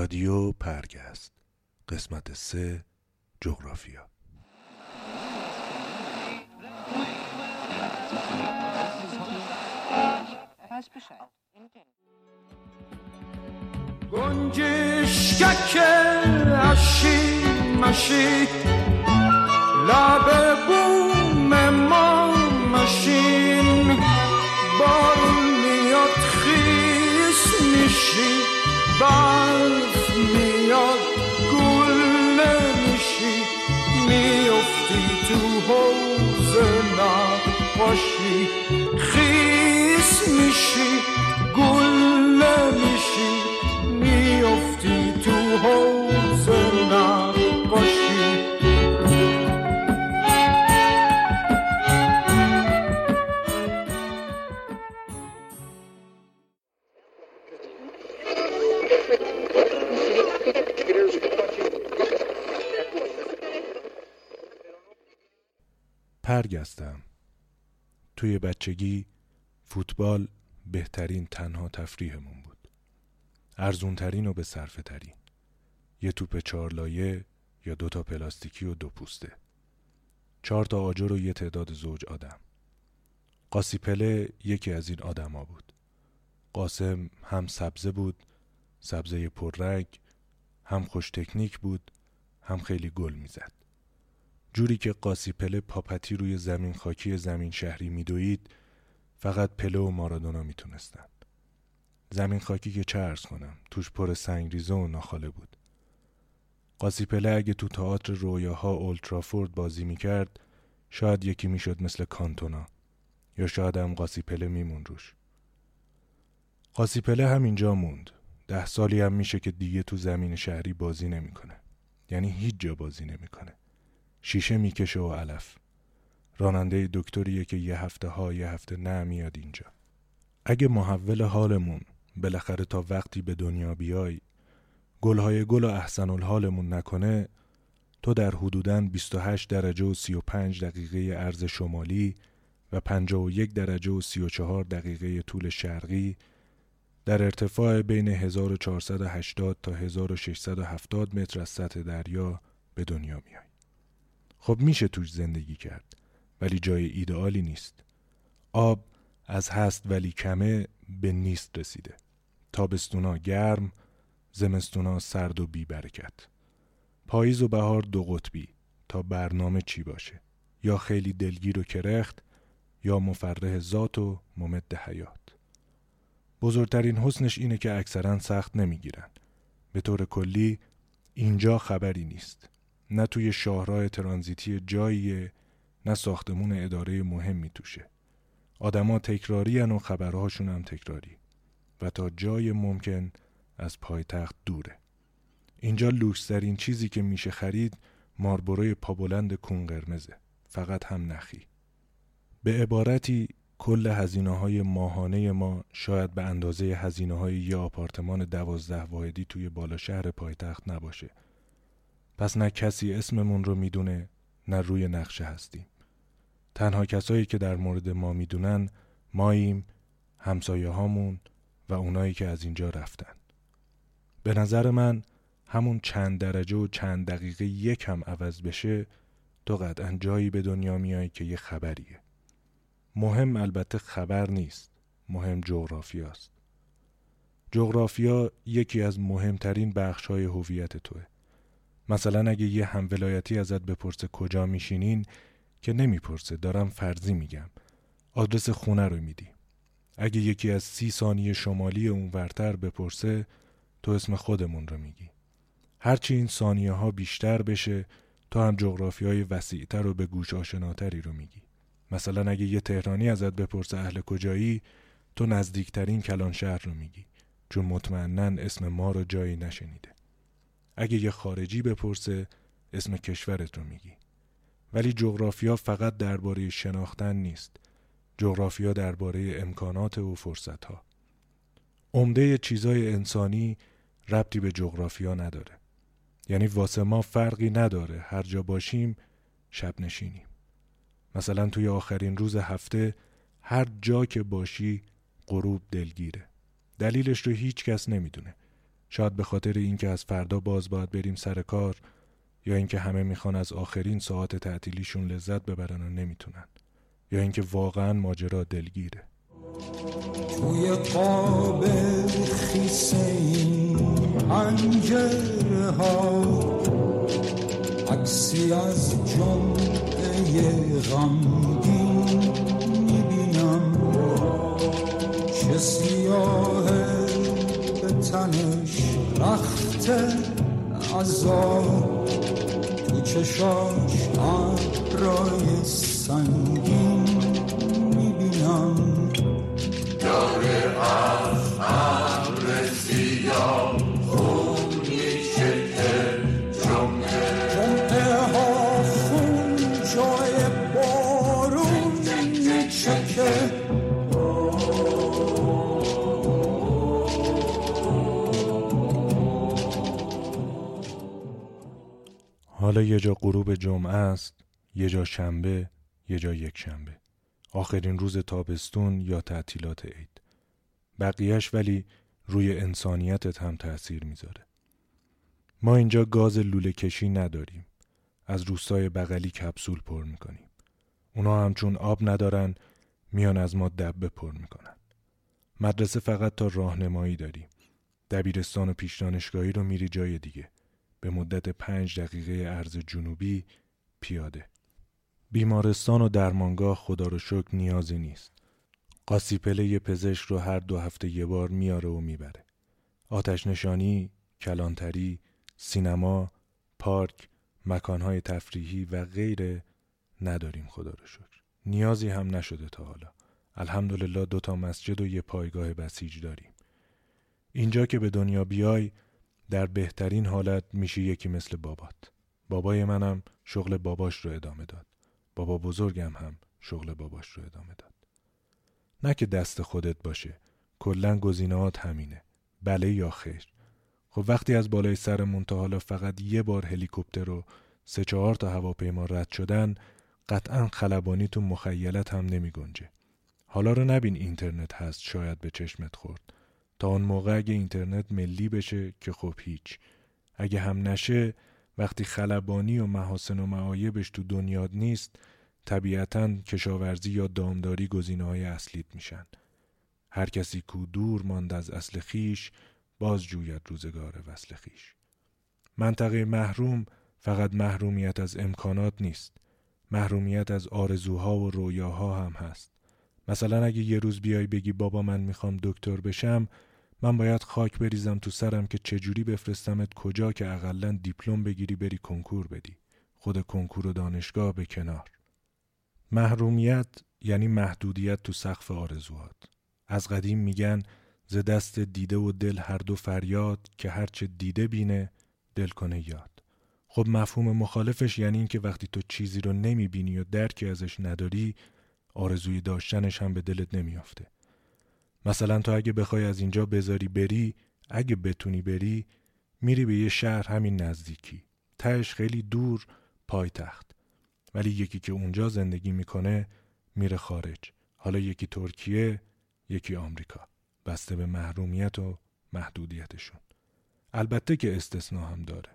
رادیو پرگست، قسمت 3، جغرافیا. گنجشک اشی مشی لب بوم ما مشین بارون میاد خیس میشی برف میاد گل نمیشی میافتی تو حوض نقاشی خیس میشی گل نمیشی میافتی تو حوض نقاشی. پرگستم. توی بچگی فوتبال بهترین تنها تفریحمون بود. ارزونترین و به صرفه ترین. یه توپ 4 لایه یا 2 تا پلاستیکی و 2 پوسته. 4 تا آجر و یه تعداد زوج آدم. قاسی پله یکی از این آدما بود. قاسم هم سبزه بود، سبزه پررنگ، هم خوش تکنیک بود، هم خیلی گل میزد. جوری که قاسی پله پاپتی روی زمین خاکی زمین شهری میدوید، فقط پله و مارادونا میتونستن. زمین خاکی که چه عرض کنم، توش پر سنگریزه و ناخاله بود. قاسی پله اگه تو تئاتر رویاها اولترافورد بازی میکرد، شاید یکی میشد مثل کانتونا، یا شاید هم قاسی پله میمون روش. قاسی پله هم اینجا موند. 10 سالی هم میشه که دیگه تو زمین شهری بازی نمیکنه. یعنی هیچ جا بازی نمیکنه. شیشه میکشه و علف. راننده دکتریه که یه هفته نه میاد اینجا. اگه محول حالمون بالاخره تا وقتی به دنیا بیای گلهای گل و احسن الحالمون نکنه، تو در حدوداً 28 درجه و 35 دقیقه عرض شمالی و 51 درجه و 34 دقیقه طول شرقی در ارتفاع بین 1480 تا 1670 متر از سطح دریا به دنیا میای. خب میشه توش زندگی کرد، ولی جای ایدئالی نیست. آب از هست ولی کمه به نیست رسیده. تابستونا گرم، زمستونا سرد و بی برکت. پاییز و بهار 2 قطبی تا برنامه چی باشه. یا خیلی دلگیر و کرخت، یا مفرح ذات و ممد حیات. بزرگترین حسنش اینه که اکثرا سخت نمیگیرن. به طور کلی اینجا خبری نیست. نه توی شاهراه ترانزیتی جاییه، نه ساختمون اداره مهمی توشه. آدما تکراری هن و خبرهاشون هم تکراری. و تا جای ممکن از پایتخت دوره. اینجا لوکس‌ترین چیزی که میشه خرید ماربروی پابلند کون قرمزه. فقط هم نخی. به عبارتی کل هزینه‌های ماهانه ما شاید به اندازه هزینه‌های یه آپارتمان 12 واحدی توی بالا شهر پایتخت نباشه. پس نه کسی اسممون رو میدونه، نه روی نقشه هستیم. تنها کسایی که در مورد ما میدونن ماییم، همسایه هامون و اونایی که از اینجا رفتن. به نظر من همون چند درجه و چند دقیقه یکم عوض بشه، تو قطعاً جایی به دنیا میای که یه خبریه. مهم البته خبر نیست، مهم جغرافیاست. جغرافیا یکی از مهمترین بخش‌های هویت توئه. مثلا اگه یه همولایتی ازت بپرسه کجا میشینین، که نمیپرسه، دارم فرضی میگم، آدرس خونه رو میدی. اگه یکی از 30 ثانیه شمالی اون ورتر بپرسه، تو اسم خودمون رو میگی. هرچی این ثانیه ها بیشتر بشه، تو هم جغرافیای وسیع‌تر رو به گوش آشناتری رو میگی. مثلا اگه یه تهرانی ازت بپرسه اهل کجایی، تو نزدیکترین کلان شهر رو میگی، چون مطمئناً اسم ما رو جایی نشنیده. اگه یه خارجی بپرسه، اسم کشورت رو میگی. ولی جغرافیا فقط درباره شناختن نیست. جغرافیا درباره امکانات و فرصت‌ها. عمده چیزای انسانی ربطی به جغرافیا نداره. یعنی واسه ما فرقی نداره هر جا باشیم شب نشینیم. مثلا توی آخرین روز هفته هر جا که باشی غروب دلگیره. دلیلش رو هیچ کس نمیدونه. شاید به خاطر اینکه از فردا باز باید بریم سر کار، یا اینکه همه میخوان از آخرین ساعت تعطیلیشون لذت ببرن و نمیتونن، یا اینکه واقعا ماجرا دلگیره. توی قاب خیسه این پنجره ها عکسی از جمعه غمگین میبینم، چه سیاهه به تنش رخت عذاب، تو چشاش ابرای سنگین میبینم، داره از ابر سیاه خون میشه که جمعه ها خون جای بارون میچکه. حالا یه جا غروب جمعه است، یه جا شنبه، یه جا یک شنبه، آخرین روز تابستون یا تعطیلات عید. بقیهش ولی روی انسانیتت هم تأثیر میذاره. ما اینجا گاز لوله کشی نداریم. از روستای بغلی کپسول پر میکنیم. اونا هم چون آب ندارن میان از ما دبه پر میکنن. مدرسه فقط تا راهنمایی داریم. دبیرستان و پیش دانشگاهی رو میری جای دیگه. به مدت 5 دقیقه عرض جنوبی پیاده. بیمارستان و درمانگاه خدا رو شکر نیازی نیست. قاصیپله یه پزشک رو هر 2 هفته یه بار میاره و میبره. آتش نشانی، کلانتری، سینما، پارک، مکانهای تفریحی و غیره نداریم خدا رو شکر. نیازی هم نشده تا حالا. الحمدلله 2 تا مسجد و یه پایگاه بسیج داریم. اینجا که به دنیا بیای در بهترین حالت میشی یکی مثل بابات. بابای منم شغل باباش رو ادامه داد. بابا بزرگم هم شغل باباش رو ادامه داد. نه که دست خودت باشه. کلن گزینه‌هات همینه. بله یا خیر. خب وقتی از بالای سرمون تا حالا فقط یه بار هلیکوپتر و 3-4 تا هواپیما رد شدن، قطعاً خلبانی تو مخیلت هم نمی گنجه. حالا رو نبین اینترنت هست شاید به چشمت خورد. تا اون موقع اگه اینترنت ملی بشه که خب هیچ. اگه هم نشه، وقتی خلبانی و محاسن و معایبش تو دنیات نیست، طبیعتاً کشاورزی یا دامداری گزینه‌های اصلیت میشن. هر کسی کو دور ماند از اصل خیش، باز جوید روزگار وصل خیش. منطقه محروم فقط محرومیت از امکانات نیست. محرومیت از آرزوها و رویاها هم هست. مثلا اگه یه روز بیای بگی بابا من میخوام دکتر بشم، من باید خاک بریزم تو سرم که چجوری بفرستمت کجا که اقلن دیپلم بگیری بری کنکور بدی. خود کنکور و دانشگاه به کنار. محرومیت یعنی محدودیت تو سقف آرزوهات. از قدیم میگن ز دست دیده و دل هر دو فریاد، که هرچه دیده بینه دل کنه یاد. خب مفهوم مخالفش یعنی این که وقتی تو چیزی رو نمیبینی و درکی ازش نداری، آرزوی داشتنش هم به دلت نمیافته. مثلا تو اگه بخوای از اینجا بذاری بری، اگه بتونی بری، میری به یه شهر همین نزدیکی، تهش خیلی دور، پایتخت. ولی یکی که اونجا زندگی میکنه میره خارج. حالا یکی ترکیه، یکی آمریکا، بسته به محرومیت و محدودیتشون. البته که استثناء هم داره.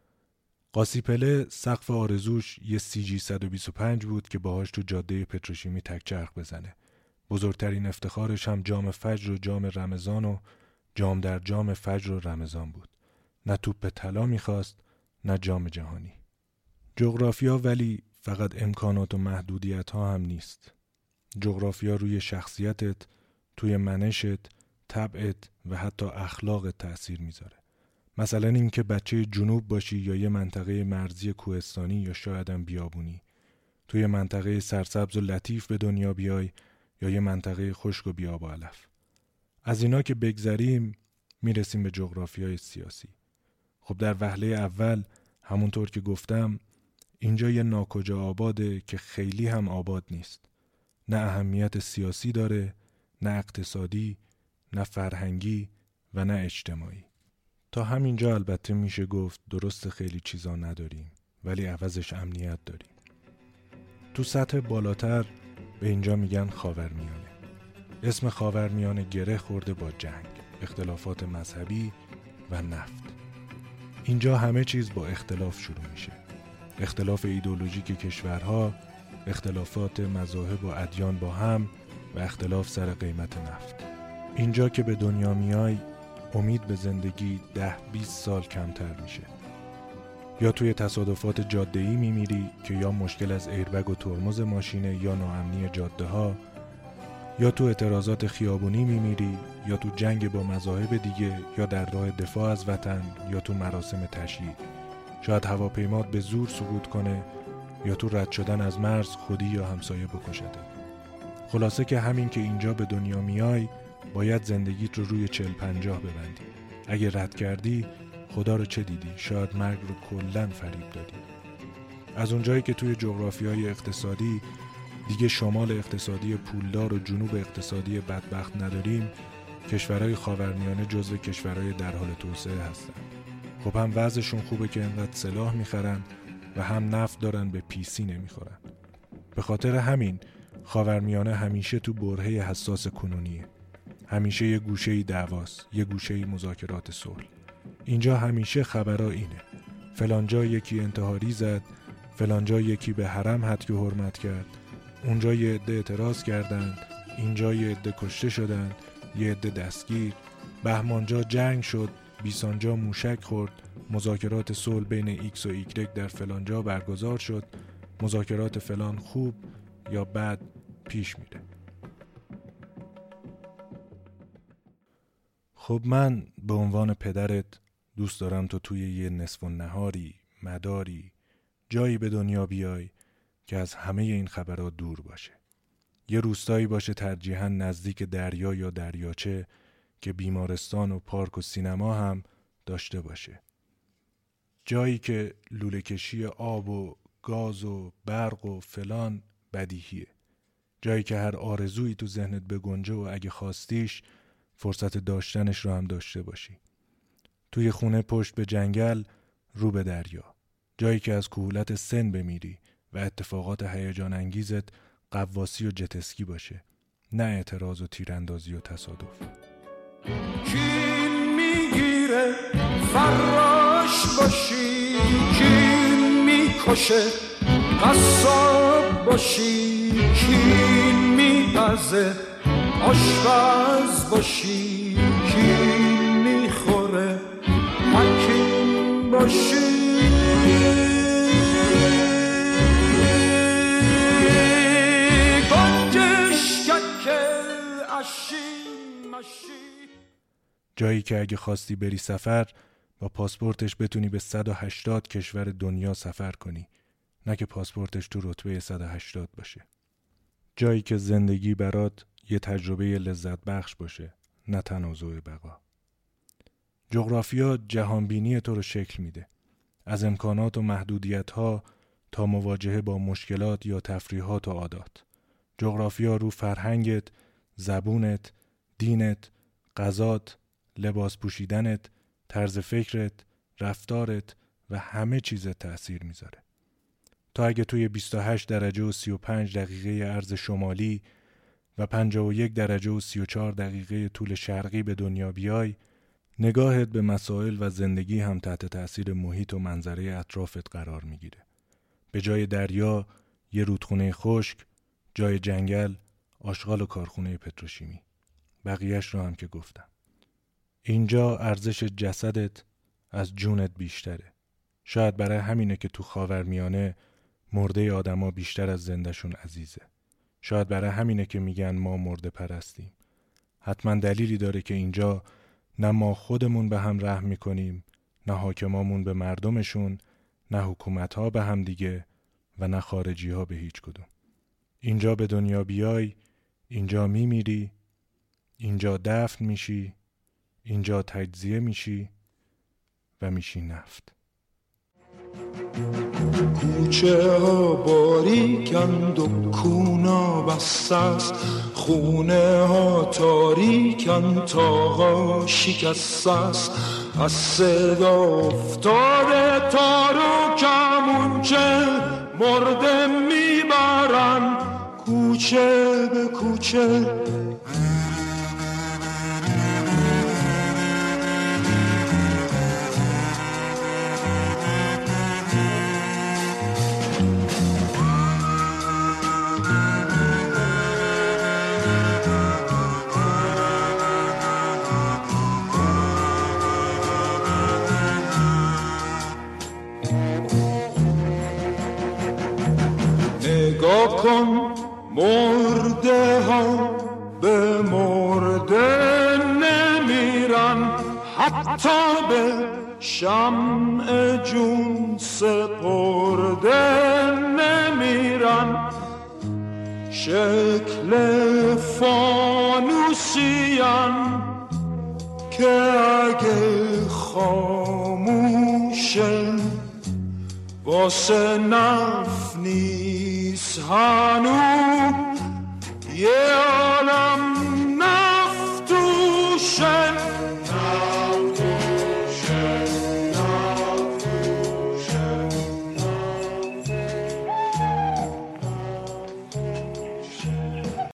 قاصیپله سقف آرزوش یه CG 125 بود که باهاش تو جاده پتروشیمی تکچرخ بزنه. بزرگترین افتخارش هم جام فجر و جام رمضان و جام در جام فجر و رمضان بود. نه توپ طلا میخواست، نه جام جهانی. جغرافیا ولی فقط امکانات و محدودیت ها هم نیست. جغرافیا روی شخصیتت، توی منشت، طبعت و حتی اخلاقت تأثیر میذاره. مثلا این که بچه جنوب باشی یا یه منطقه مرزی کوهستانی یا شاید هم بیابونی، توی منطقه سرسبز و لطیف به دنیا بیای یا یه منطقه خشک و بیاب و علف. از اینا که بگذریم میرسیم به جغرافیای سیاسی. خب در وهله اول همونطور که گفتم اینجا یه ناکجا آباده که خیلی هم آباد نیست. نه اهمیت سیاسی داره، نه اقتصادی، نه فرهنگی و نه اجتماعی. تا همینجا البته میشه گفت درست خیلی چیزا نداریم ولی عوضش امنیت داریم. تو سطح بالاتر به اینجا میگن خاورمیانه. اسم خاورمیانه گره خورده با جنگ، اختلافات مذهبی و نفت. اینجا همه چیز با اختلاف شروع میشه. اختلاف ایدئولوژیک کشورها، اختلافات مذاهب و ادیان با هم و اختلاف سر قیمت نفت. اینجا که به دنیا میای امید به زندگی 10-20 سال کمتر میشه. یا توی تصادفات جاده‌ای میمیری که یا مشکل از ایربگ و ترمز ماشینه یا ناامنی جاده ها، یا تو اعتراضات خیابونی میمیری، یا تو جنگ با مذاهب دیگه، یا در راه دفاع از وطن، یا تو مراسم تشییع. شاید هواپیمات به زور سقوط کنه یا تو رد شدن از مرز خودی یا همسایه بکشده. خلاصه که همین که اینجا به دنیا میای باید زندگیت رو روی 40-50 ببندی. اگه رد کردی خدا رو چه دیدی؟ شاید مرگ رو کلن فریب دادی. از اونجایی که توی جغرافیای اقتصادی دیگه شمال اقتصادی پولدار و جنوب اقتصادی بدبخت نداریم، کشورهای خاورمیانه جزو کشورهای در حال توسعه هستن. خب هم وضعشون خوبه که انقدر سلاح میخرن و هم نفت دارن به پیسی نمیخورن. به خاطر همین خاورمیانه همیشه تو برهه حساس کنونیه. همیشه یه گوشه‌ای دعواست، یه گوشه‌ای مذاکرات صلح. اینجا همیشه خبرها اینه: فلانجا یکی انتحاری زد، فلانجا یکی به حرم حد و حرمت کرد، اونجا یه عده اعتراض کردند، اینجا یه عده کشته شدند، یه عده دستگیر، بهمانجا جنگ شد، بیسانجا موشک خورد، مذاکرات صلح بین ایکس و ایگرگ در فلانجا برگزار شد، مذاکرات فلان خوب یا بد پیش میره. خب من به عنوان پدرت دوست دارم تو توی یه نصف النهاری، مداری، جایی به دنیا بیای که از همه این خبرها دور باشه. یه روستایی باشه ترجیحاً نزدیک دریا یا دریاچه که بیمارستان و پارک و سینما هم داشته باشه. جایی که لوله کشی آب و گاز و برق و فلان بدیهیه. جایی که هر آرزویی تو ذهنت بگنجه و اگه خواستیش فرصت داشتنش رو هم داشته باشی. توی خونه پشت به جنگل، رو به دریا. جایی که از کهولت سن بمیری و اتفاقات هیجان انگیزت قواسی و جتسکی باشه، نه اعتراض و تیراندازی و تصادف. کین میگیره فراش باشی، کین میکشه قصاب باشی، کین میپزه آشپز باشی، کین میخوره حکیم باشی. جایی که اگه خواستی بری سفر با پاسپورتش بتونی به 180 کشور دنیا سفر کنی، نه که پاسپورتش تو رتبه 180 باشه. جایی که زندگی برات یه تجربه لذت بخش باشه، نه تنازع بقا. جغرافیا جهانبینی تو رو شکل میده، از امکانات و محدودیت‌ها تا مواجهه با مشکلات یا تفریحات و عادات. جغرافیا رو فرهنگت، زبونت، دینت، غذات، لباس پوشیدنت، طرز فکرت، رفتارت و همه چیزت تأثیر میذاره. تا اگه توی 28 درجه و 35 دقیقه عرض شمالی و 51 درجه و 34 دقیقه طول شرقی به دنیا بیای، نگاهت به مسائل و زندگی هم تحت تأثیر محیط و منظره اطرافت قرار میگیره. به جای دریا یه رودخونه خشک، جای جنگل آشغال و کارخونه پتروشیمی. بقیهش رو هم که گفتم. اینجا ارزش جسدت از جونت بیشتره. شاید برای همینه که تو خاورمیانه مرده آدما بیشتر از زندهشون عزیزه. شاید برای همینه که میگن ما مرده پرستیم. حتما دلیلی داره که اینجا نه ما خودمون به هم رحم میکنیم، نه حاکمامون به مردمشون، نه حکومت‌ها به هم دیگه و نه خارجی‌ها به هیچ کدوم. اینجا به دنیا بیای، اینجا میمیری، اینجا دفن میشی، اینجا تجزیه میشی و میشی نفت. کوچه ها باریکند و کونا بسته است، خونه ها تاریکند، تاقا شکسته است، از صدا افتاده تار و کمونچه مرده میبرن کوچه به کوچه. نگاه کن مرده ها به مرده نمیرن، حتی به شمع جون سپرده نمیرن. شکل فانوسیان که اگه خاموشه واسه نف نیست هنو یه عالم نفتوشه.